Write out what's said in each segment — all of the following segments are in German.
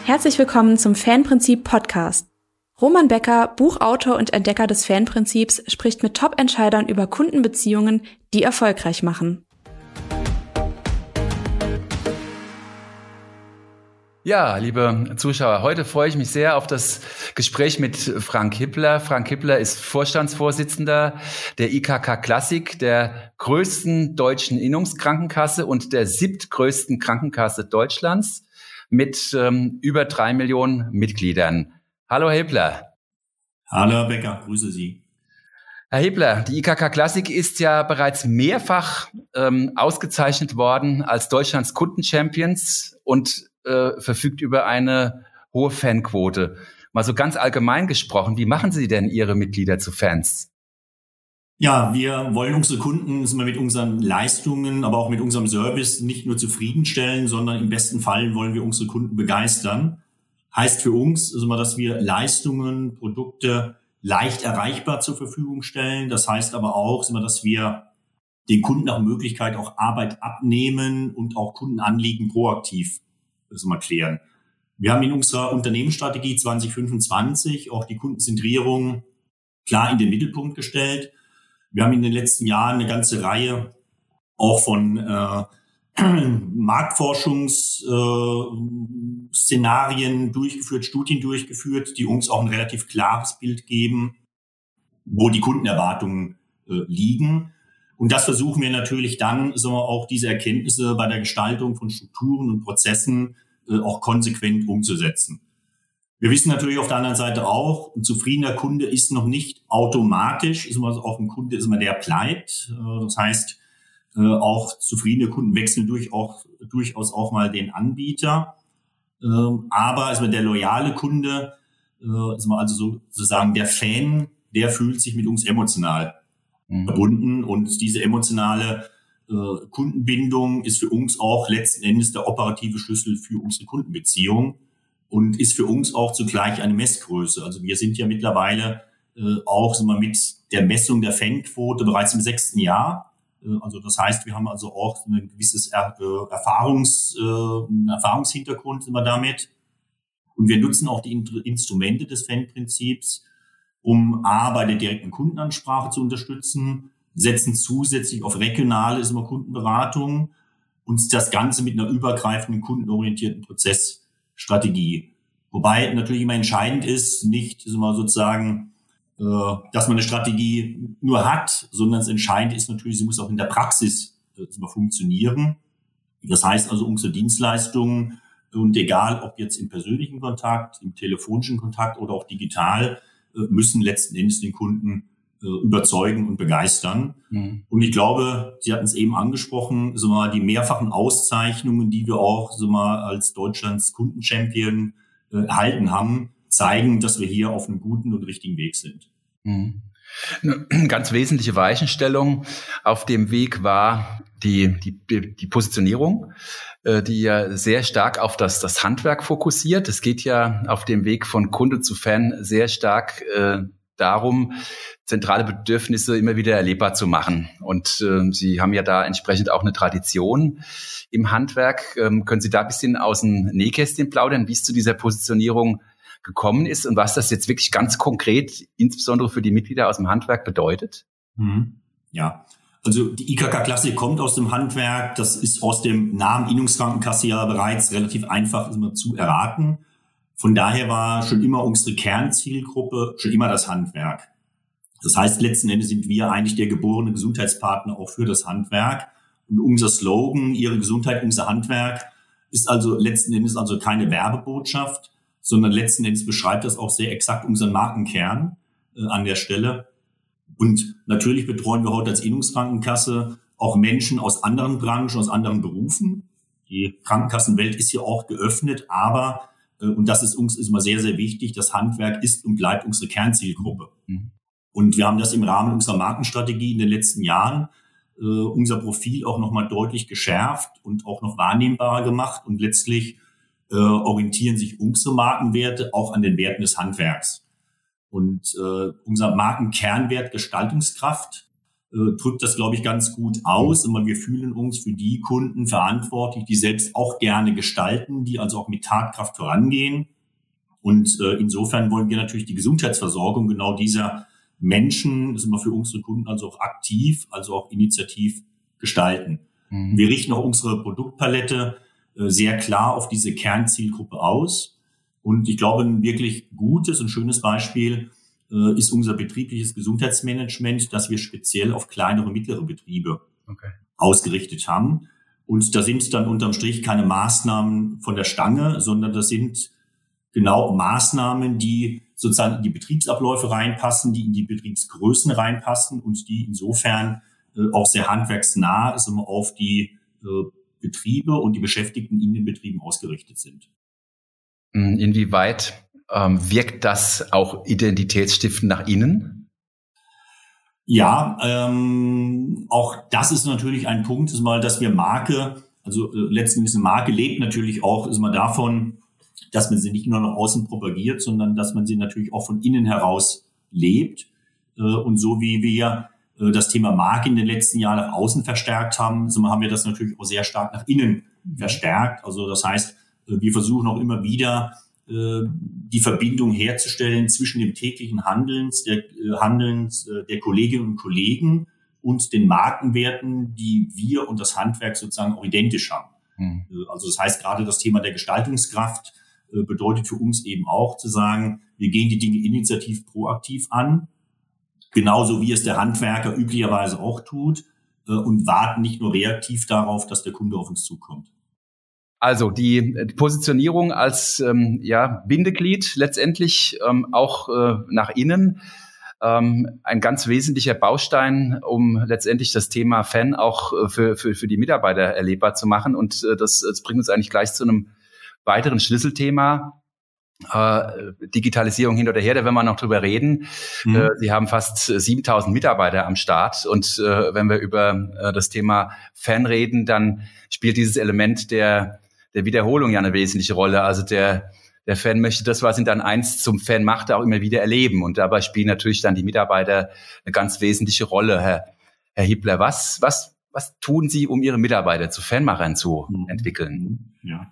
Herzlich willkommen zum Fanprinzip Podcast. Roman Becker, Buchautor und Entdecker des Fanprinzips, spricht mit Top-Entscheidern über Kundenbeziehungen, die erfolgreich machen. Ja, liebe Zuschauer, heute freue ich mich sehr auf das Gespräch mit Frank Hippler. Frank Hippler ist Vorstandsvorsitzender der IKK Klassik, der größten deutschen Innungskrankenkasse und der 7. größten Krankenkasse Deutschlands mit über 3 Millionen Mitgliedern. Hallo, Herr Hippler. Hallo, Herr Becker, grüße Sie. Herr Hippler, die IKK Klassik ist ja bereits mehrfach ausgezeichnet worden als Deutschlands Kundenchampions und verfügt über eine hohe Fanquote. Mal so ganz allgemein gesprochen, wie machen Sie denn Ihre Mitglieder zu Fans? Ja, wir wollen unsere Kunden mit unseren Leistungen, aber auch mit unserem Service nicht nur zufriedenstellen, sondern im besten Fall wollen wir unsere Kunden begeistern. Heißt für uns, dass wir Leistungen, Produkte leicht erreichbar zur Verfügung stellen. Das heißt aber auch, dass wir den Kunden nach Möglichkeit auch Arbeit abnehmen und auch Kundenanliegen proaktiv klären. Wir haben in unserer Unternehmensstrategie 2025 auch die Kundenzentrierung klar in den Mittelpunkt gestellt. Wir haben in den letzten Jahren eine ganze Reihe auch von Marktforschungsszenarien durchgeführt, Studien durchgeführt, die uns auch ein relativ klares Bild geben, wo die Kundenerwartungen liegen. Und das versuchen wir natürlich dann, auch diese Erkenntnisse bei der Gestaltung von Strukturen und Prozessen auch konsequent umzusetzen. Wir wissen natürlich auf der anderen Seite auch, ein zufriedener Kunde ist noch nicht automatisch, auch ein Kunde der bleibt. Das heißt, auch zufriedene Kunden wechseln durchaus auch mal den Anbieter. Aber der loyale Kunde, also sozusagen der Fan, der fühlt sich mit uns emotional verbunden, und diese emotionale Kundenbindung ist für uns auch letzten Endes der operative Schlüssel für unsere Kundenbeziehung und ist für uns auch zugleich eine Messgröße. Also wir sind ja mittlerweile auch mit der Messung der Fanquote bereits im 6. Jahr. Also das heißt, wir haben also auch ein gewisses Erfahrungshintergrund damit. Und wir nutzen auch die Instrumente des Fanprinzips, um bei der direkten Kundenansprache zu unterstützen, setzen zusätzlich auf regionale Kundenberatung und das Ganze mit einer übergreifenden kundenorientierten Prozessstrategie. Wobei natürlich immer entscheidend ist, nicht dass man eine Strategie nur hat, sondern das Entscheidende ist natürlich, sie muss auch in der Praxis funktionieren. Das heißt also, unsere Dienstleistungen, und egal ob jetzt im persönlichen Kontakt, im telefonischen Kontakt oder auch digital, müssen letzten Endes den Kunden überzeugen und begeistern. Mhm. Und ich glaube, Sie hatten es eben angesprochen, die mehrfachen Auszeichnungen, die wir auch als Deutschlands Kundenchampion erhalten haben, zeigen, dass wir hier auf einem guten und richtigen Weg sind. Mhm. Eine ganz wesentliche Weichenstellung auf dem Weg war die Positionierung, die ja sehr stark auf das Handwerk fokussiert. Es geht ja auf dem Weg von Kunde zu Fan sehr stark darum, zentrale Bedürfnisse immer wieder erlebbar zu machen. Und Sie haben ja da entsprechend auch eine Tradition im Handwerk. Können Sie da ein bisschen aus dem Nähkästchen plaudern, wie es zu dieser Positionierung gekommen ist und was das jetzt wirklich ganz konkret, insbesondere für die Mitglieder aus dem Handwerk, bedeutet? Ja, also die IKK Klassik kommt aus dem Handwerk. Das ist aus dem Namen Innungskrankenkasse ja bereits relativ einfach zu erraten. Von daher war schon immer unsere Kernzielgruppe schon immer das Handwerk. Das heißt, letzten Endes sind wir eigentlich der geborene Gesundheitspartner auch für das Handwerk. Und unser Slogan, Ihre Gesundheit, unser Handwerk, ist also letzten Endes keine Werbebotschaft, sondern letzten Endes beschreibt das auch sehr exakt unseren Markenkern an der Stelle. Und natürlich betreuen wir heute als Innungskrankenkasse auch Menschen aus anderen Branchen, aus anderen Berufen. Die Krankenkassenwelt ist hier auch geöffnet, aber, und das ist uns immer sehr, sehr wichtig, das Handwerk ist und bleibt unsere Kernzielgruppe. Mhm. Und wir haben das im Rahmen unserer Markenstrategie in den letzten Jahren unser Profil auch nochmal deutlich geschärft und auch noch wahrnehmbarer gemacht. Und letztlich orientieren sich unsere Markenwerte auch an den Werten des Handwerks. Und unser Markenkernwert Gestaltungskraft drückt das, glaube ich, ganz gut aus. Und wir fühlen uns für die Kunden verantwortlich, die selbst auch gerne gestalten, die also auch mit Tatkraft vorangehen. Und insofern wollen wir natürlich die Gesundheitsversorgung genau dieser Menschen, das ist immer für unsere Kunden also auch aktiv, also auch initiativ gestalten. Wir richten auch unsere Produktpalette sehr klar auf diese Kernzielgruppe aus. Und ich glaube, ein wirklich gutes und schönes Beispiel ist unser betriebliches Gesundheitsmanagement, das wir speziell auf kleinere und mittlere Betriebe ausgerichtet haben. Und da sind dann unterm Strich keine Maßnahmen von der Stange, sondern das sind genau Maßnahmen, die sozusagen in die Betriebsabläufe reinpassen, die in die Betriebsgrößen reinpassen und die insofern auch sehr handwerksnah auf die Betriebe und die Beschäftigten in den Betrieben ausgerichtet sind. Inwieweit wirkt das auch identitätsstiftend nach innen? Ja, auch das ist natürlich ein Punkt, dass wir Marke, also letztendlich eine Marke lebt natürlich auch davon, dass man sie nicht nur nach außen propagiert, sondern dass man sie natürlich auch von innen heraus lebt. Und so wie wir das Thema Marke in den letzten Jahren nach außen verstärkt haben, haben wir das natürlich auch sehr stark nach innen verstärkt. Also das heißt, wir versuchen auch immer wieder die Verbindung herzustellen zwischen dem täglichen Handelns der Kolleginnen und Kollegen und den Markenwerten, die wir und das Handwerk sozusagen auch identisch haben. Also das heißt, gerade das Thema der Gestaltungskraft bedeutet für uns eben auch zu sagen, wir gehen die Dinge initiativ proaktiv an, genauso wie es der Handwerker üblicherweise auch tut, und warten nicht nur reaktiv darauf, dass der Kunde auf uns zukommt. Also die Positionierung als Bindeglied letztendlich auch nach innen, ein ganz wesentlicher Baustein, um letztendlich das Thema Fan auch für die Mitarbeiter erlebbar zu machen. Und das bringt uns eigentlich gleich zu einem weiteren Schlüsselthema. Digitalisierung hin oder her, da werden wir noch drüber reden. Sie haben fast 7.000 Mitarbeiter am Start und wenn wir über das Thema Fan reden, dann spielt dieses Element der Wiederholung ja eine wesentliche Rolle. Also der Fan möchte das, was ihn dann einst zum Fan macht, auch immer wieder erleben. Und dabei spielen natürlich dann die Mitarbeiter eine ganz wesentliche Rolle. Herr Hiebler, was tun Sie, um Ihre Mitarbeiter zu Fanmachern zu entwickeln? Ja.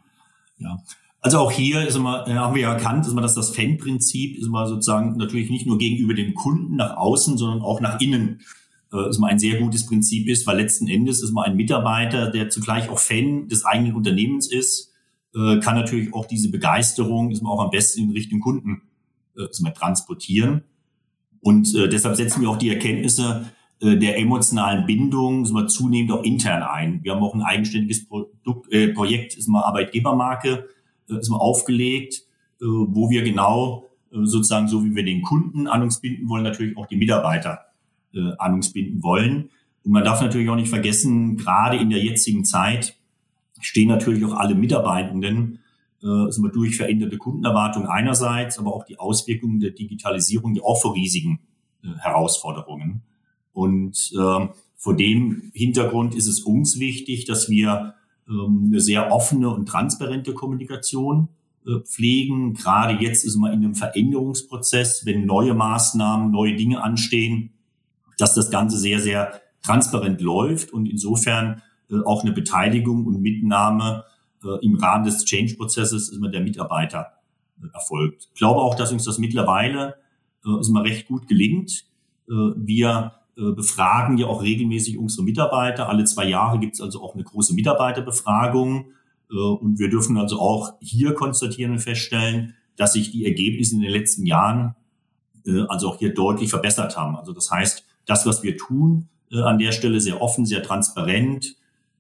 Also auch hier haben wir ja erkannt, dass das Fan-Prinzip sozusagen natürlich nicht nur gegenüber dem Kunden nach außen, sondern auch nach innen ein sehr gutes Prinzip ist, weil letzten Endes ein Mitarbeiter, der zugleich auch Fan des eigenen Unternehmens ist, kann natürlich auch diese Begeisterung auch am besten in Richtung Kunden transportieren. Und deshalb setzen wir auch die Erkenntnisse der emotionalen Bindung zunehmend auch intern ein. Wir haben auch ein eigenständiges Projekt, Arbeitgebermarke, aufgelegt, wo wir genau sozusagen, so wie wir den Kunden an uns binden wollen, natürlich auch die Mitarbeiter an uns binden wollen. Und man darf natürlich auch nicht vergessen, gerade in der jetzigen Zeit stehen natürlich auch alle Mitarbeitenden durch veränderte Kundenerwartungen einerseits, aber auch die Auswirkungen der Digitalisierung, die auch vor riesigen Herausforderungen. Und vor dem Hintergrund ist es uns wichtig, dass wir eine sehr offene und transparente Kommunikation pflegen. Gerade jetzt ist man in einem Veränderungsprozess, wenn neue Maßnahmen, neue Dinge anstehen, dass das Ganze sehr, sehr transparent läuft und insofern auch eine Beteiligung und Mitnahme im Rahmen des Change-Prozesses der Mitarbeiter erfolgt. Ich glaube auch, dass uns das mittlerweile recht gut gelingt. Wir befragen ja auch regelmäßig unsere Mitarbeiter. Alle 2 Jahre gibt es also auch eine große Mitarbeiterbefragung. Und wir dürfen also auch hier konstatieren und feststellen, dass sich die Ergebnisse in den letzten Jahren also auch hier deutlich verbessert haben. Also das heißt, das, was wir tun, an der Stelle sehr offen, sehr transparent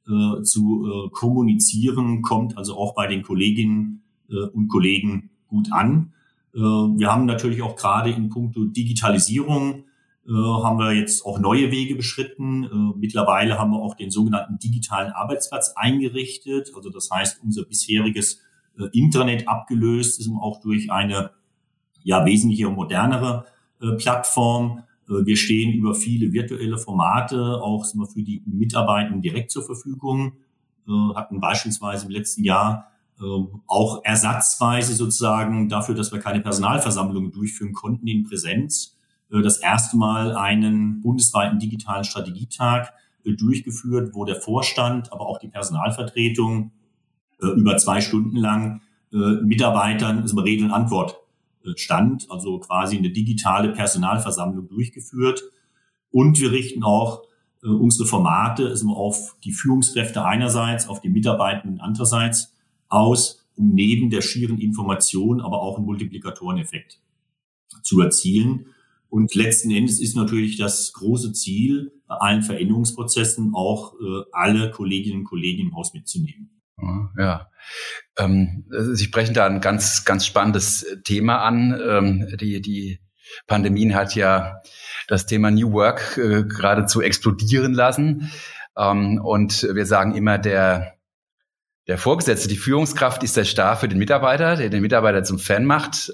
zu kommunizieren, kommt also auch bei den Kolleginnen und Kollegen gut an. Wir haben natürlich auch gerade in puncto Digitalisierung haben wir jetzt auch neue Wege beschritten. Mittlerweile haben wir auch den sogenannten digitalen Arbeitsplatz eingerichtet. Also das heißt, unser bisheriges Intranet abgelöst ist auch durch eine wesentlich modernere Plattform. Wir stehen über viele virtuelle Formate auch für die Mitarbeitenden direkt zur Verfügung. Hatten beispielsweise im letzten Jahr auch ersatzweise sozusagen dafür, dass wir keine Personalversammlungen durchführen konnten in Präsenz, das erste Mal einen bundesweiten digitalen Strategietag durchgeführt, wo der Vorstand, aber auch die Personalvertretung über 2 Stunden lang Mitarbeitern Rede und Antwort stand, also quasi eine digitale Personalversammlung durchgeführt. Und wir richten auch unsere Formate auf die Führungskräfte einerseits, auf die Mitarbeitenden andererseits aus, um neben der schieren Information aber auch einen Multiplikatoreneffekt zu erzielen. Und letzten Endes ist natürlich das große Ziel, bei allen Veränderungsprozessen auch alle Kolleginnen und Kollegen im Haus mitzunehmen. Ja, Sie sprechen da ein ganz, ganz spannendes Thema an. Die Pandemie hat ja das Thema New Work geradezu explodieren lassen. Und wir sagen immer, der Vorgesetzte, die Führungskraft ist der Star für den Mitarbeiter, der den Mitarbeiter zum Fan macht.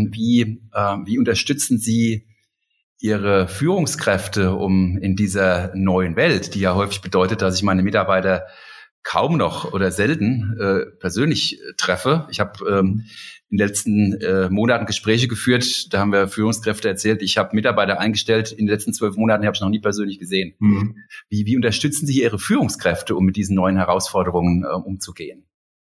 Wie unterstützen Sie Ihre Führungskräfte, um in dieser neuen Welt, die ja häufig bedeutet, dass ich meine Mitarbeiter kaum noch oder selten persönlich treffe. Ich habe in den letzten Monaten Gespräche geführt, da haben wir Führungskräfte erzählt, ich habe Mitarbeiter eingestellt, in den letzten 12 Monaten habe ich noch nie persönlich gesehen. Mhm. Wie unterstützen Sie Ihre Führungskräfte, um mit diesen neuen Herausforderungen umzugehen?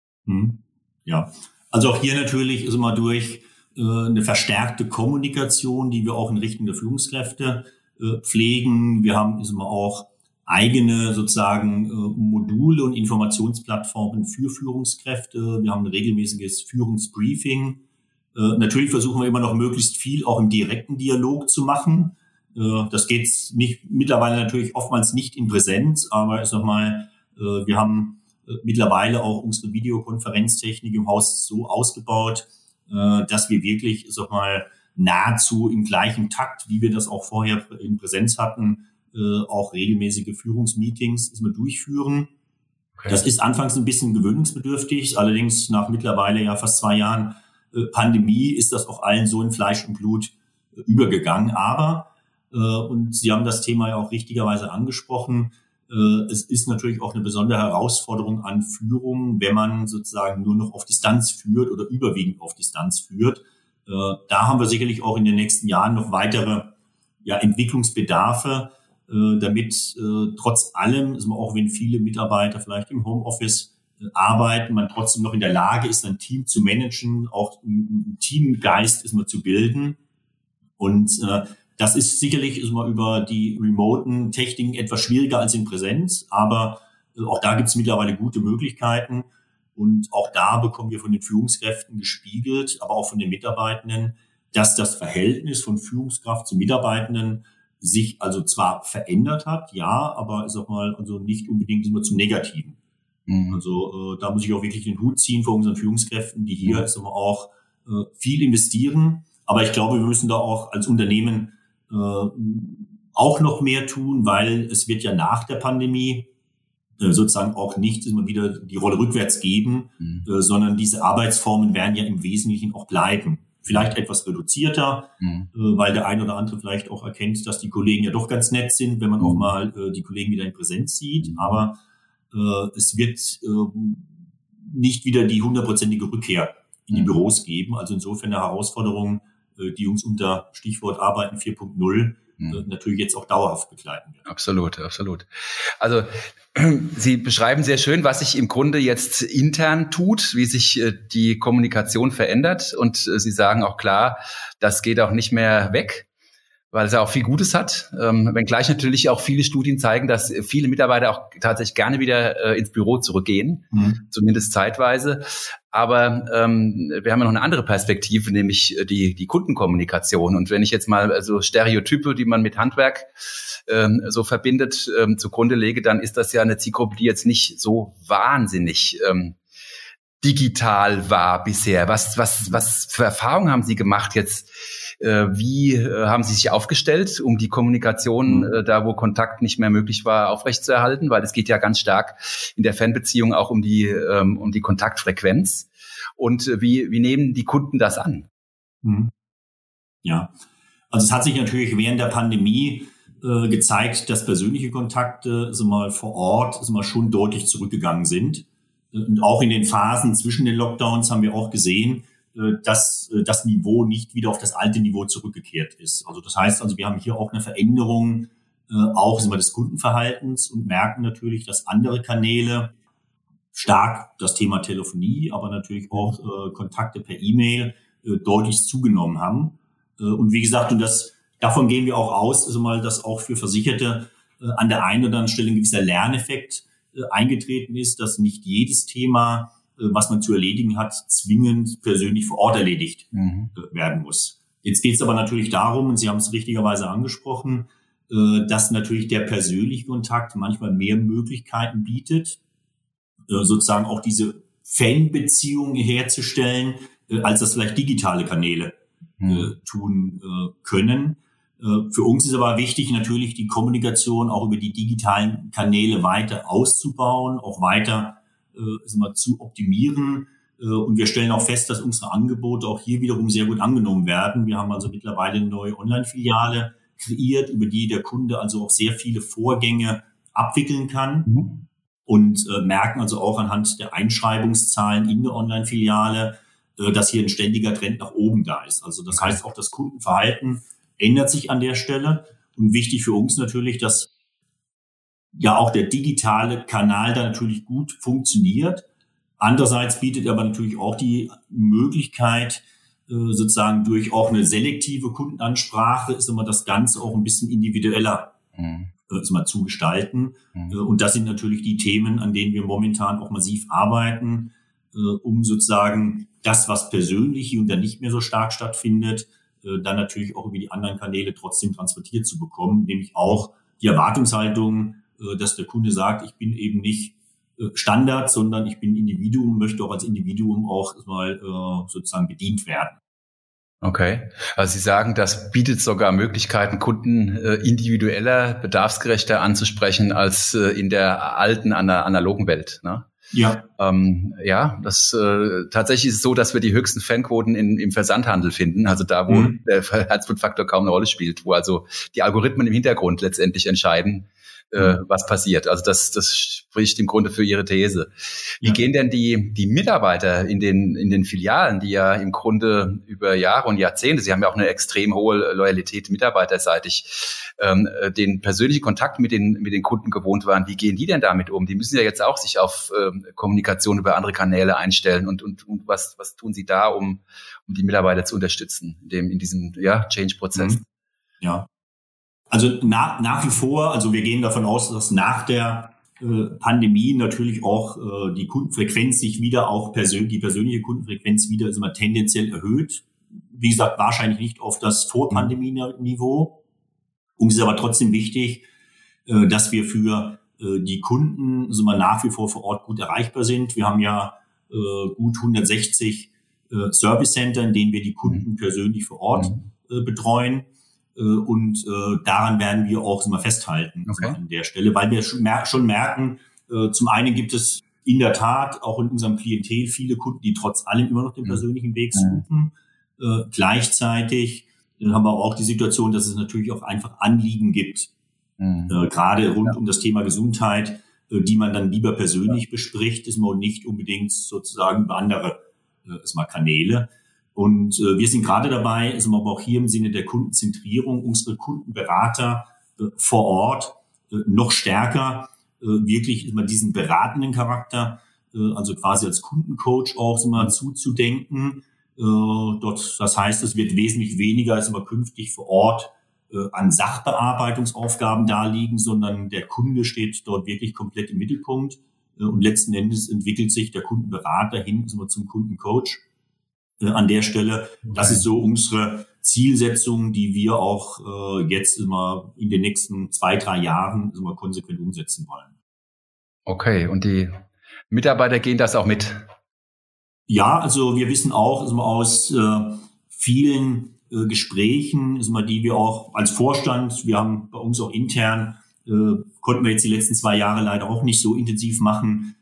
Ja, also auch hier natürlich ist immer durch eine verstärkte Kommunikation, die wir auch in Richtung der Führungskräfte pflegen. Wir haben auch eigene sozusagen Module und Informationsplattformen für Führungskräfte. Wir haben ein regelmäßiges Führungsbriefing. Natürlich versuchen wir immer noch möglichst viel auch im direkten Dialog zu machen. Das geht mittlerweile natürlich oftmals nicht in Präsenz, aber wir haben mittlerweile auch unsere Videokonferenztechnik im Haus so ausgebaut, dass wir wirklich nahezu im gleichen Takt, wie wir das auch vorher in Präsenz hatten, auch regelmäßige Führungsmeetings durchführen. Okay. Das ist anfangs ein bisschen gewöhnungsbedürftig, allerdings nach mittlerweile ja fast 2 Jahren Pandemie ist das auch allen so in Fleisch und Blut übergegangen. Aber, und Sie haben das Thema ja auch richtigerweise angesprochen, es ist natürlich auch eine besondere Herausforderung an Führung, wenn man sozusagen nur noch auf Distanz führt oder überwiegend auf Distanz führt. Da haben wir sicherlich auch in den nächsten Jahren noch weitere Entwicklungsbedarfe, damit trotz allem, auch wenn viele Mitarbeiter vielleicht im Homeoffice arbeiten, man trotzdem noch in der Lage ist, ein Team zu managen, auch einen Teamgeist zu bilden. Und das ist sicherlich über die remoten Techniken etwas schwieriger als in Präsenz, aber auch da gibt es mittlerweile gute Möglichkeiten. Und auch da bekommen wir von den Führungskräften gespiegelt, aber auch von den Mitarbeitenden, dass das Verhältnis von Führungskraft zu Mitarbeitenden sich also zwar verändert hat, ja, aber nicht unbedingt immer zum Negativen. Mhm. Also da muss ich auch wirklich den Hut ziehen vor unseren Führungskräften, die hier auch viel investieren. Aber ich glaube, wir müssen da auch als Unternehmen auch noch mehr tun, weil es wird ja nach der Pandemie sozusagen auch nicht immer wieder die Rolle rückwärts geben, sondern diese Arbeitsformen werden ja im Wesentlichen auch bleiben. Vielleicht etwas reduzierter, weil der ein oder andere vielleicht auch erkennt, dass die Kollegen ja doch ganz nett sind, wenn man auch mal die Kollegen wieder in Präsenz sieht. Aber es wird nicht wieder die 100%ige Rückkehr in die Büros geben. Also insofern eine Herausforderung, die uns unter Stichwort Arbeiten 4.0 natürlich jetzt auch dauerhaft begleiten wird. Absolut, absolut. Also Sie beschreiben sehr schön, was sich im Grunde jetzt intern tut, wie sich die Kommunikation verändert. Und Sie sagen auch klar, das geht auch nicht mehr weg, weil es ja auch viel Gutes hat. Wenngleich natürlich auch viele Studien zeigen, dass viele Mitarbeiter auch tatsächlich gerne wieder ins Büro zurückgehen, zumindest zeitweise. Aber wir haben ja noch eine andere Perspektive, nämlich die Kundenkommunikation. Und wenn ich jetzt mal so Stereotype, die man mit Handwerk so verbindet, zugrunde lege, dann ist das ja eine Zielgruppe, die jetzt nicht so wahnsinnig digital war bisher. Was für Erfahrungen haben Sie gemacht jetzt? Wie haben Sie sich aufgestellt, um die Kommunikation, da wo Kontakt nicht mehr möglich war, aufrechtzuerhalten? Weil es geht ja ganz stark in der Fanbeziehung auch um die Kontaktfrequenz. Und wie nehmen die Kunden das an? Ja, also es hat sich natürlich während der Pandemie gezeigt, dass persönliche Kontakte vor Ort schon deutlich zurückgegangen sind. Und auch in den Phasen zwischen den Lockdowns haben wir auch gesehen, dass das Niveau nicht wieder auf das alte Niveau zurückgekehrt ist. Also das heißt, wir haben hier auch eine Veränderung auch des Kundenverhaltens und merken natürlich, dass andere Kanäle stark das Thema Telefonie, aber natürlich auch Kontakte per E-Mail deutlich zugenommen haben. Und wie gesagt, davon gehen wir auch aus, dass auch für Versicherte an der einen oder anderen Stelle ein gewisser Lerneffekt eingetreten ist, dass nicht jedes Thema, was man zu erledigen hat, zwingend persönlich vor Ort erledigt werden muss. Jetzt geht es aber natürlich darum, und Sie haben es richtigerweise angesprochen, dass natürlich der persönliche Kontakt manchmal mehr Möglichkeiten bietet, sozusagen auch diese Fanbeziehung herzustellen, als das vielleicht digitale Kanäle tun können. Für uns ist aber wichtig, natürlich die Kommunikation auch über die digitalen Kanäle weiter auszubauen, auch weiter zu optimieren. Und wir stellen auch fest, dass unsere Angebote auch hier wiederum sehr gut angenommen werden. Wir haben also mittlerweile eine neue Online-Filiale kreiert, über die der Kunde also auch sehr viele Vorgänge abwickeln kann und merken also auch anhand der Einschreibungszahlen in der Online-Filiale, dass hier ein ständiger Trend nach oben da ist. Also das heißt, auch das Kundenverhalten ändert sich an der Stelle. Und wichtig für uns natürlich, dass ja auch der digitale Kanal da natürlich gut funktioniert. Andererseits bietet er aber natürlich auch die Möglichkeit, sozusagen durch auch eine selektive Kundenansprache ist immer das Ganze auch ein bisschen individueller zu gestalten. Und das sind natürlich die Themen, an denen wir momentan auch massiv arbeiten, um sozusagen das, was persönlich hier und da nicht mehr so stark stattfindet, dann natürlich auch über die anderen Kanäle trotzdem transportiert zu bekommen, nämlich auch die Erwartungshaltung, dass der Kunde sagt, ich bin eben nicht Standard, sondern ich bin Individuum, möchte auch als Individuum auch mal sozusagen bedient werden. Okay, also Sie sagen, das bietet sogar Möglichkeiten, Kunden individueller, bedarfsgerechter anzusprechen als in der alten analogen Welt, ne? Ja. Das tatsächlich ist es so, dass wir die höchsten Fanquoten im Versandhandel finden, also da, wo der Herzblutfaktor kaum eine Rolle spielt, wo also die Algorithmen im Hintergrund letztendlich entscheiden, was passiert. Also das spricht im Grunde für Ihre These. Wie gehen denn die Mitarbeiter in den Filialen, die ja im Grunde über Jahre und Jahrzehnte, Sie haben ja auch eine extrem hohe Loyalität mitarbeiterseitig, den persönlichen Kontakt mit den Kunden gewohnt waren, wie gehen die denn damit um? Die müssen ja jetzt auch sich auf Kommunikation über andere Kanäle einstellen und was tun Sie da, um die Mitarbeiter zu unterstützen in diesem Change-Prozess? Ja. Also nach wie vor, also wir gehen davon aus, dass nach der Pandemie natürlich auch die Kundenfrequenz sich wieder auch die persönliche Kundenfrequenz wieder ist immer tendenziell erhöht. Wie gesagt, wahrscheinlich nicht auf das Vor-Pandemie-Niveau. Uns ist aber trotzdem wichtig, dass wir für die Kunden nach wie vor Ort gut erreichbar sind. Wir haben ja gut 160 Service Center, in denen wir die Kunden persönlich vor Ort betreuen. Und daran werden wir auch festhalten an der Stelle, weil wir schon merken, zum einen gibt es in der Tat auch in unserem Klientel viele Kunden, die trotz allem immer noch den persönlichen Weg suchen. Gleichzeitig haben wir auch die Situation, dass es natürlich auch einfach Anliegen gibt, gerade rund um das Thema Gesundheit, die man dann lieber persönlich bespricht, ist man nicht unbedingt sozusagen über andere Kanäle. Und wir sind gerade dabei, aber auch hier im Sinne der Kundenzentrierung, unsere Kundenberater vor Ort noch stärker wirklich diesen beratenden Charakter, also quasi als Kundencoach auch zuzudenken. Das heißt, es wird wesentlich weniger als künftig vor Ort an Sachbearbeitungsaufgaben da liegen, sondern der Kunde steht dort wirklich komplett im Mittelpunkt. Und letzten Endes entwickelt sich der Kundenberater hin zum Kundencoach. An der Stelle, das ist so unsere Zielsetzung, die wir auch jetzt immer in den nächsten 2-3 Jahren konsequent umsetzen wollen. Okay, und die Mitarbeiter gehen das auch mit? Ja, also wir wissen auch aus vielen Gesprächen, die wir auch als Vorstand, wir haben bei uns auch intern, konnten wir jetzt die letzten 2 Jahre leider auch nicht so intensiv machen,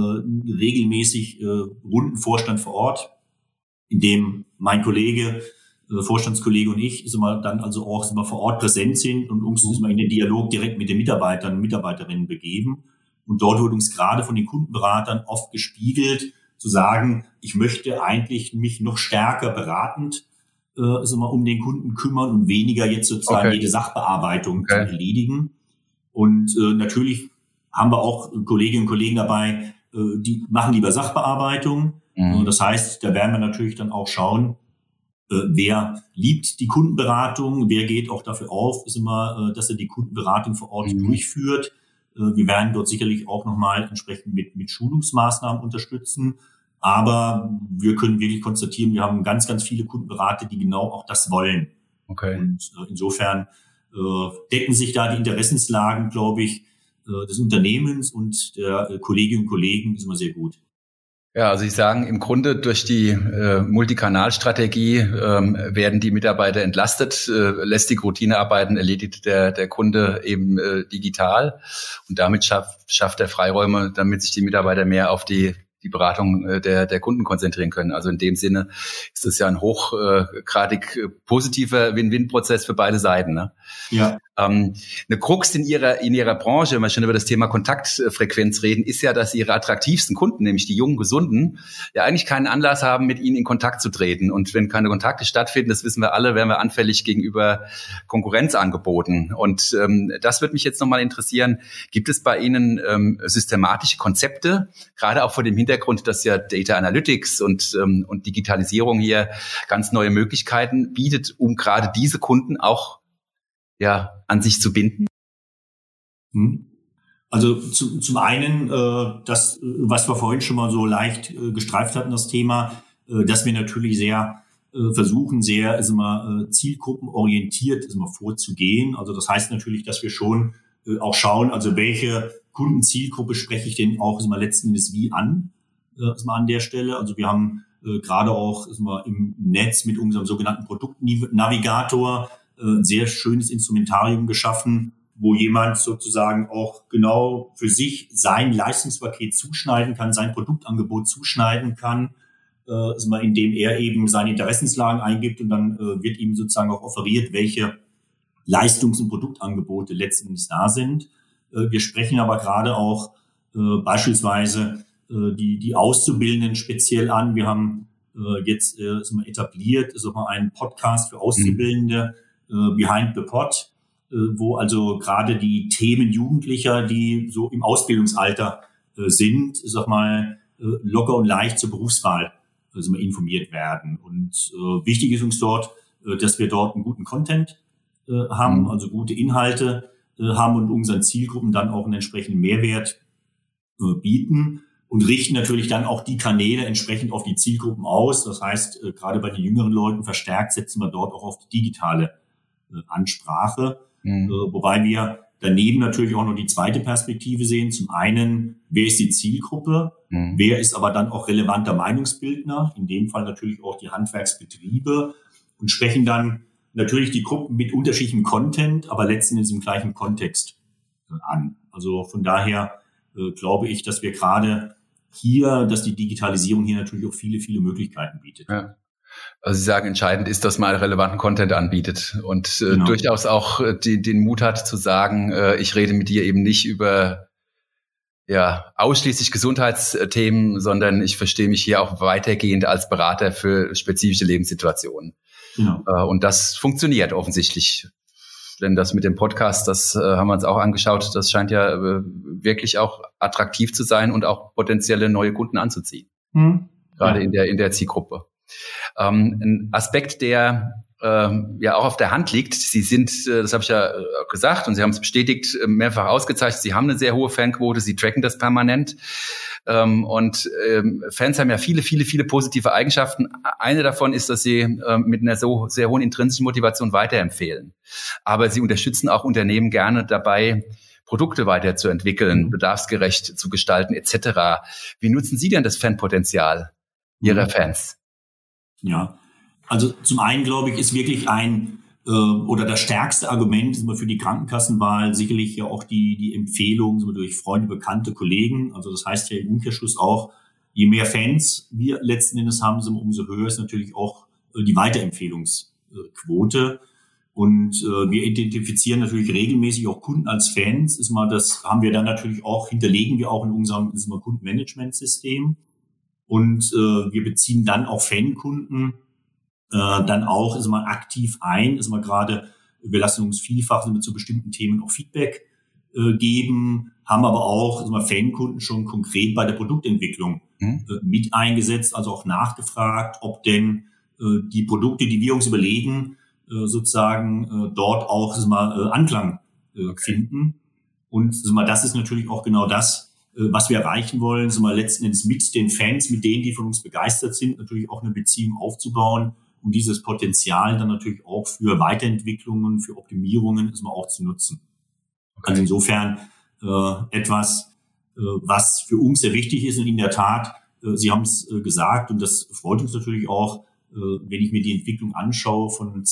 regelmäßig Rundenvorstand vor Ort, in dem mein Kollege, Vorstandskollege und ich dann also auch vor Ort präsent sind und uns in den Dialog direkt mit den Mitarbeitern und Mitarbeiterinnen begeben. Und dort wird uns gerade von den Kundenberatern oft gespiegelt, zu sagen, ich möchte eigentlich mich noch stärker beratend um den Kunden kümmern und weniger jetzt sozusagen jede Sachbearbeitung zu erledigen. Und natürlich haben wir auch Kolleginnen und Kollegen dabei, die machen lieber Sachbearbeitung. Das heißt, da werden wir natürlich dann auch schauen, wer liebt die Kundenberatung, wer geht auch dafür auf, dass er die Kundenberatung vor Ort durchführt. Wir werden dort sicherlich auch nochmal entsprechend mit Schulungsmaßnahmen unterstützen. Aber wir können wirklich konstatieren, wir haben ganz, ganz viele Kundenberater, die genau auch das wollen. Und insofern decken sich da die Interessenslagen, glaube ich, des Unternehmens und der Kolleginnen und Kollegen ist immer sehr gut. Ja, also Sie sagen, im Grunde durch die Multikanalstrategie werden die Mitarbeiter entlastet, lästige Routinearbeiten erledigt der Kunde eben digital und damit schafft er Freiräume, damit sich die Mitarbeiter mehr auf die Beratung der Kunden konzentrieren können. Also in dem Sinne ist das ja ein hochgradig positiver Win-Win-Prozess für beide Seiten. Ne? Ja. Eine Krux in ihrer Branche, wenn wir schon über das Thema Kontaktfrequenz reden, ist ja, dass ihre attraktivsten Kunden, nämlich die jungen Gesunden, ja eigentlich keinen Anlass haben, mit ihnen in Kontakt zu treten. Und wenn keine Kontakte stattfinden, das wissen wir alle, werden wir anfällig gegenüber Konkurrenzangeboten. Und das würde mich jetzt nochmal interessieren. Gibt es bei Ihnen systematische Konzepte, gerade auch vor dem Hintergrund, dass ja Data Analytics und Digitalisierung hier ganz neue Möglichkeiten bietet, um gerade diese Kunden auch an sich zu binden? Also zum einen, das, was wir vorhin schon mal so leicht gestreift hatten, das Thema, dass wir natürlich sehr versuchen, sehr zielgruppenorientiert vorzugehen. Also das heißt natürlich, dass wir schon auch schauen, also welche Kundenzielgruppe spreche ich denn auch letzten Endes wie an der Stelle. Also wir haben gerade auch im Netz mit unserem sogenannten Produktnavigator ein sehr schönes Instrumentarium geschaffen, wo jemand sozusagen auch genau für sich sein Leistungspaket zuschneiden kann, sein Produktangebot zuschneiden kann, indem er eben seine Interessenslagen eingibt und dann wird ihm sozusagen auch offeriert, welche Leistungs- und Produktangebote letztendlich da sind. Wir sprechen aber gerade auch beispielsweise die Auszubildenden speziell an. Wir haben jetzt etabliert einen Podcast für Auszubildende, Behind the Pod, wo also gerade die Themen Jugendlicher, die so im Ausbildungsalter sind, locker und leicht zur Berufswahl informiert werden. Und wichtig ist uns dort, dass wir dort einen guten Content haben, also gute Inhalte haben und unseren Zielgruppen dann auch einen entsprechenden Mehrwert bieten und richten natürlich dann auch die Kanäle entsprechend auf die Zielgruppen aus. Das heißt, gerade bei den jüngeren Leuten verstärkt setzen wir dort auch auf die digitale Ansprache, wobei wir daneben natürlich auch noch die zweite Perspektive sehen. Zum einen, wer ist die Zielgruppe? Wer ist aber dann auch relevanter Meinungsbildner? In dem Fall natürlich auch die Handwerksbetriebe und sprechen dann natürlich die Gruppen mit unterschiedlichem Content, aber letzten Endes im gleichen Kontext an. Also von daher glaube ich, dass wir gerade hier, dass die Digitalisierung hier natürlich auch viele, viele Möglichkeiten bietet. Ja. Also Sie sagen, entscheidend ist, dass man relevanten Content anbietet und durchaus auch den Mut hat zu sagen, ich rede mit dir eben nicht über ausschließlich Gesundheitsthemen, sondern ich verstehe mich hier auch weitergehend als Berater für spezifische Lebenssituationen. Genau. Und das funktioniert offensichtlich. Denn das mit dem Podcast, das haben wir uns auch angeschaut, das scheint ja wirklich auch attraktiv zu sein und auch potenzielle neue Kunden anzuziehen. Gerade in der Zielgruppe. Ein Aspekt, der auch auf der Hand liegt. Sie sind, das habe ich ja gesagt und Sie haben es bestätigt, mehrfach ausgezeichnet. Sie haben eine sehr hohe Fanquote, Sie tracken das permanent. Und Fans haben ja viele, viele, viele positive Eigenschaften. Eine davon ist, dass sie mit einer so sehr hohen intrinsischen Motivation weiterempfehlen. Aber sie unterstützen auch Unternehmen gerne dabei, Produkte weiterzuentwickeln, bedarfsgerecht zu gestalten etc. Wie nutzen Sie denn das Fanpotenzial Ihrer Fans? Ja, also zum einen, glaube ich, ist wirklich oder das stärkste Argument ist immer für die Krankenkassenwahl sicherlich ja auch die Empfehlung durch Freunde, Bekannte, Kollegen. Also das heißt ja im Umkehrschluss auch, je mehr Fans wir letzten Endes haben, umso höher ist natürlich auch die Weiterempfehlungsquote. Und wir identifizieren natürlich regelmäßig auch Kunden als Fans. Das haben wir dann natürlich auch, hinterlegen wir auch in unserem Kundenmanagementsystem. Und wir beziehen dann auch Fankunden dann auch aktiv ein. Gerade, wir lassen uns vielfach zu bestimmten Themen auch Feedback geben, haben aber auch Fankunden schon konkret bei der Produktentwicklung mit eingesetzt, also auch nachgefragt, ob denn die Produkte, die wir uns überlegen, dort auch Anklang finden. Und das ist natürlich auch genau das, was wir erreichen wollen, letzten Endes mit den Fans, mit denen, die von uns begeistert sind, natürlich auch eine Beziehung aufzubauen und dieses Potenzial dann natürlich auch für Weiterentwicklungen, für Optimierungen auch zu nutzen. Okay. Also insofern etwas, was für uns sehr wichtig ist und in der Tat, Sie haben es gesagt und das freut uns natürlich auch, wenn ich mir die Entwicklung anschaue von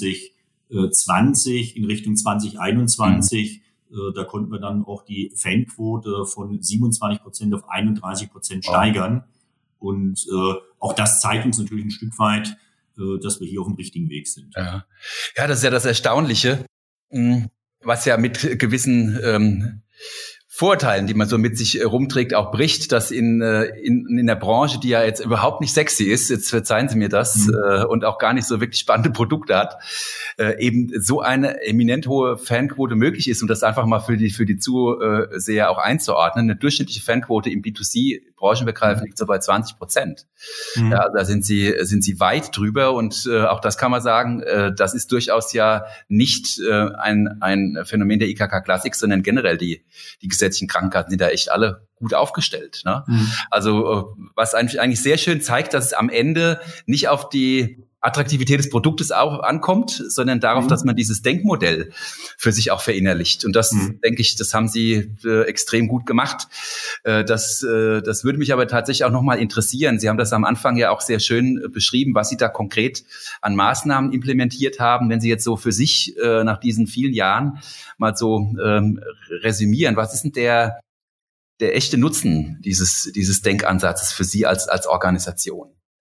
2020 in Richtung 2021, da konnten wir dann auch die Fanquote von 27% auf 31% steigern. Und auch das zeigt uns natürlich ein Stück weit, dass wir hier auf dem richtigen Weg sind. Ja, das ist ja das Erstaunliche, was ja mit gewissen Vorurteilen, die man so mit sich rumträgt, auch bricht, dass in der Branche, die ja jetzt überhaupt nicht sexy ist, jetzt verzeihen Sie mir das, und auch gar nicht so wirklich spannende Produkte hat, eben so eine eminent hohe Fanquote möglich ist, um das einfach mal für die Zuseher auch einzuordnen. Eine durchschnittliche Fanquote im B2C branchenübergreifend liegt so bei 20%. Ja, da sind sie weit drüber und auch das kann man sagen, das ist durchaus ja nicht ein Phänomen der IKK Classic, sondern generell die gesetzlichen Krankenkassen sind da echt alle gut aufgestellt. Ne? Also was eigentlich sehr schön zeigt, dass es am Ende nicht auf die Attraktivität des Produktes auch ankommt, sondern darauf, dass man dieses Denkmodell für sich auch verinnerlicht. Und das, denke ich, das haben Sie extrem gut gemacht. Das würde mich aber tatsächlich auch nochmal interessieren. Sie haben das am Anfang ja auch sehr schön beschrieben, was Sie da konkret an Maßnahmen implementiert haben. Wenn Sie jetzt so für sich nach diesen vielen Jahren mal so resümieren, was ist denn der echte Nutzen dieses Denkansatzes für Sie als Organisation?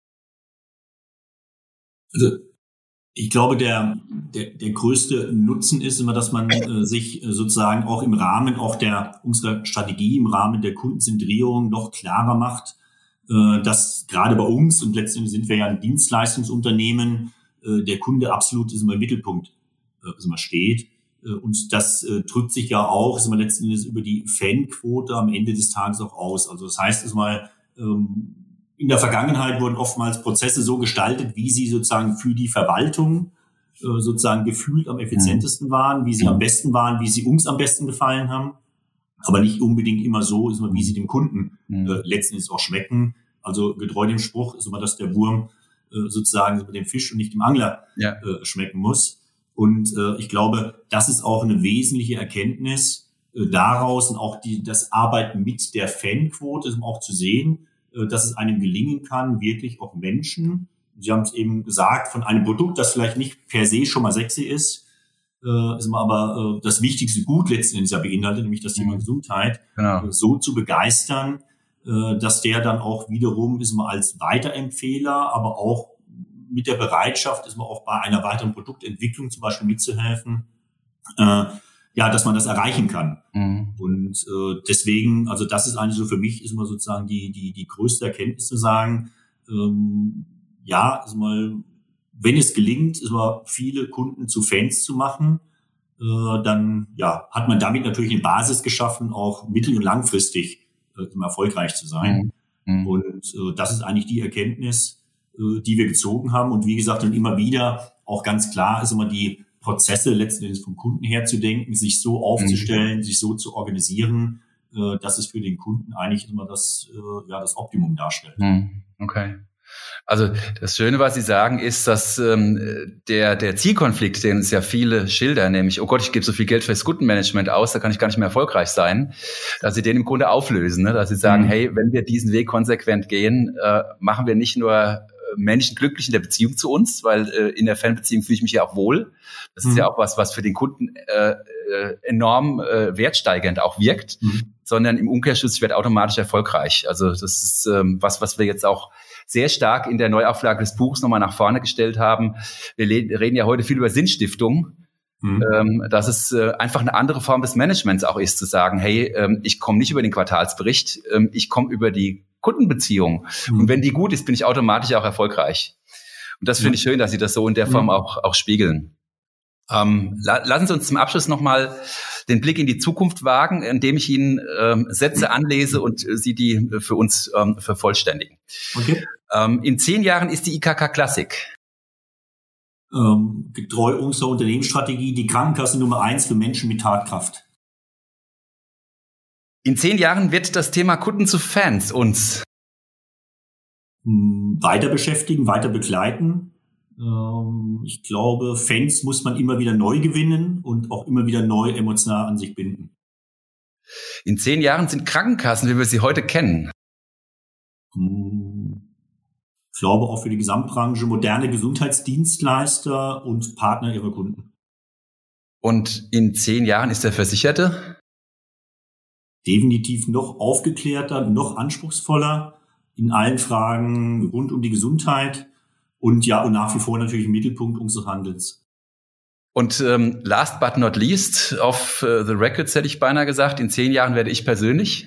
Also ich glaube, der größte Nutzen ist immer, dass man sich sozusagen auch im Rahmen auch unserer Strategie, im Rahmen der Kundenzentrierung noch klarer macht, dass gerade bei uns, und letztendlich sind wir ja ein Dienstleistungsunternehmen, der Kunde absolut im Mittelpunkt steht. Und das drückt sich ja auch letztendlich über die Fanquote am Ende des Tages auch aus. Also das heißt in der Vergangenheit wurden oftmals Prozesse so gestaltet, wie sie sozusagen für die Verwaltung sozusagen gefühlt am effizientesten waren, wie sie am besten waren, wie sie uns am besten gefallen haben, aber nicht unbedingt immer so, wie sie dem Kunden letztendlich auch schmecken. Also getreu dem Spruch ist immer, dass der Wurm sozusagen dem Fisch und nicht dem Angler schmecken muss. Und ich glaube, das ist auch eine wesentliche Erkenntnis daraus und auch das Arbeiten mit der Fanquote auch zu sehen, dass es einem gelingen kann, wirklich auch Menschen, Sie haben es eben gesagt, von einem Produkt, das vielleicht nicht per se schon mal sexy ist aber das wichtigste Gut letztendlich ja beinhaltet, nämlich das Thema Gesundheit, so zu begeistern, dass der dann auch wiederum als Weiterempfehler, aber auch mit der Bereitschaft, auch bei einer weiteren Produktentwicklung zum Beispiel mitzuhelfen, dass man das erreichen kann. Und deswegen, also das ist eigentlich so für mich, ist immer sozusagen die größte Erkenntnis zu sagen, wenn es gelingt, viele Kunden zu Fans zu machen, dann hat man damit natürlich eine Basis geschaffen, auch mittel- und langfristig erfolgreich zu sein. Und das ist eigentlich die Erkenntnis, die wir gezogen haben. Und wie gesagt, dann immer wieder auch ganz klar ist immer die Prozesse letztendlich vom Kunden her zu denken, sich so aufzustellen, sich so zu organisieren, dass es für den Kunden eigentlich immer das Optimum darstellt. Okay. Also das Schöne, was Sie sagen, ist, dass der Zielkonflikt, den es ja viele schildern, nämlich, oh Gott, ich gebe so viel Geld fürs Kundenmanagement aus, da kann ich gar nicht mehr erfolgreich sein, dass Sie den im Grunde auflösen, ne? Dass Sie sagen, hey, wenn wir diesen Weg konsequent gehen, machen wir nicht nur Menschen glücklich in der Beziehung zu uns, weil in der Fanbeziehung fühle ich mich ja auch wohl. Das ist ja auch was für den Kunden enorm wertsteigernd auch wirkt, sondern im Umkehrschluss, ich werde automatisch erfolgreich. Also das ist was wir jetzt auch sehr stark in der Neuauflage des Buchs nochmal nach vorne gestellt haben. Wir reden ja heute viel über Sinnstiftung, dass es einfach eine andere Form des Managements auch ist, zu sagen, hey, ich komme nicht über den Quartalsbericht, ich komme über die Kundenbeziehung. Und wenn die gut ist, bin ich automatisch auch erfolgreich. Und das finde ich schön, dass Sie das so in der Form auch spiegeln. Lassen Sie uns zum Abschluss nochmal den Blick in die Zukunft wagen, indem ich Ihnen Sätze anlese und Sie die für uns vervollständigen. Okay. In 10 Jahren ist die IKK Classic getreu unserer Unternehmensstrategie die Krankenkasse Nummer 1 für Menschen mit Tatkraft. In 10 Jahren wird das Thema Kunden zu Fans uns weiter beschäftigen, weiter begleiten. Ich glaube, Fans muss man immer wieder neu gewinnen und auch immer wieder neu emotional an sich binden. In 10 Jahren sind Krankenkassen, wie wir sie heute kennen. Ich glaube auch für die Gesamtbranche moderne Gesundheitsdienstleister und Partner ihrer Kunden. Und in 10 Jahren ist der Versicherte? Definitiv noch aufgeklärter, noch anspruchsvoller in allen Fragen rund um die Gesundheit und nach wie vor natürlich im Mittelpunkt unseres Handelns. Und last but not least, off the records hätte ich beinahe gesagt, in 10 Jahren werde ich persönlich?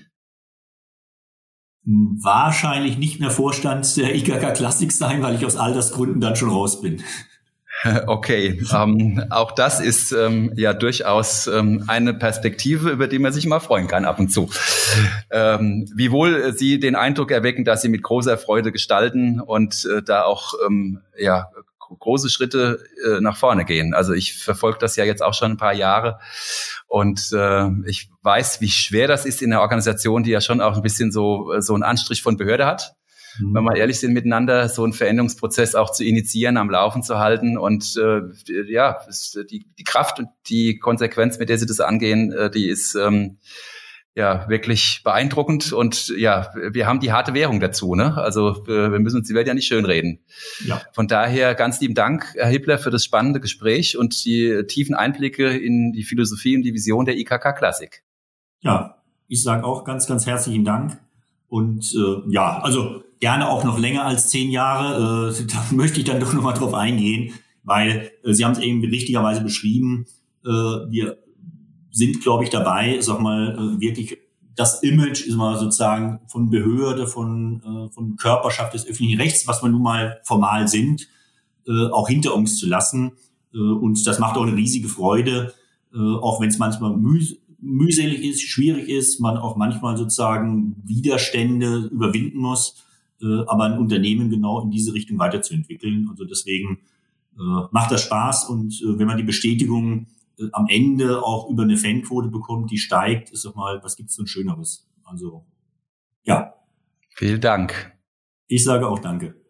Wahrscheinlich nicht mehr Vorstand der IKK Classic sein, weil ich aus Altersgründen dann schon raus bin. Okay, auch das ist durchaus eine Perspektive, über die man sich mal freuen kann ab und zu. Wiewohl Sie den Eindruck erwecken, dass Sie mit großer Freude gestalten und da auch große Schritte nach vorne gehen. Also ich verfolge das ja jetzt auch schon ein paar Jahre und ich weiß, wie schwer das ist in einer Organisation, die ja schon auch ein bisschen so einen Anstrich von Behörde hat. Wenn wir ehrlich sind miteinander, so einen Veränderungsprozess auch zu initiieren, am Laufen zu halten und die Kraft und die Konsequenz, mit der Sie das angehen, die ist wirklich beeindruckend und wir haben die harte Währung dazu, ne? Also wir müssen uns die Welt ja nicht schönreden. Ja. Von daher ganz lieben Dank, Herr Hippler, für das spannende Gespräch und die tiefen Einblicke in die Philosophie und die Vision der IKK Classic. Ja, ich sage auch ganz, ganz herzlichen Dank und also gerne auch noch länger als 10 Jahre. Da möchte ich dann doch nochmal drauf eingehen, weil Sie haben es eben richtigerweise beschrieben. Wir sind, glaube ich, dabei, wirklich das Image ist mal sozusagen von Behörde, von Körperschaft des öffentlichen Rechts, was wir nun mal formal sind, auch hinter uns zu lassen. Und das macht auch eine riesige Freude, auch wenn es manchmal mühselig ist, schwierig ist, man auch manchmal sozusagen Widerstände überwinden muss. Aber ein Unternehmen genau in diese Richtung weiterzuentwickeln. Also deswegen macht das Spaß und wenn man die Bestätigung am Ende auch über eine Fanquote bekommt, die steigt, ist doch mal, was gibt's denn Schöneres? Also, ja. Vielen Dank. Ich sage auch danke.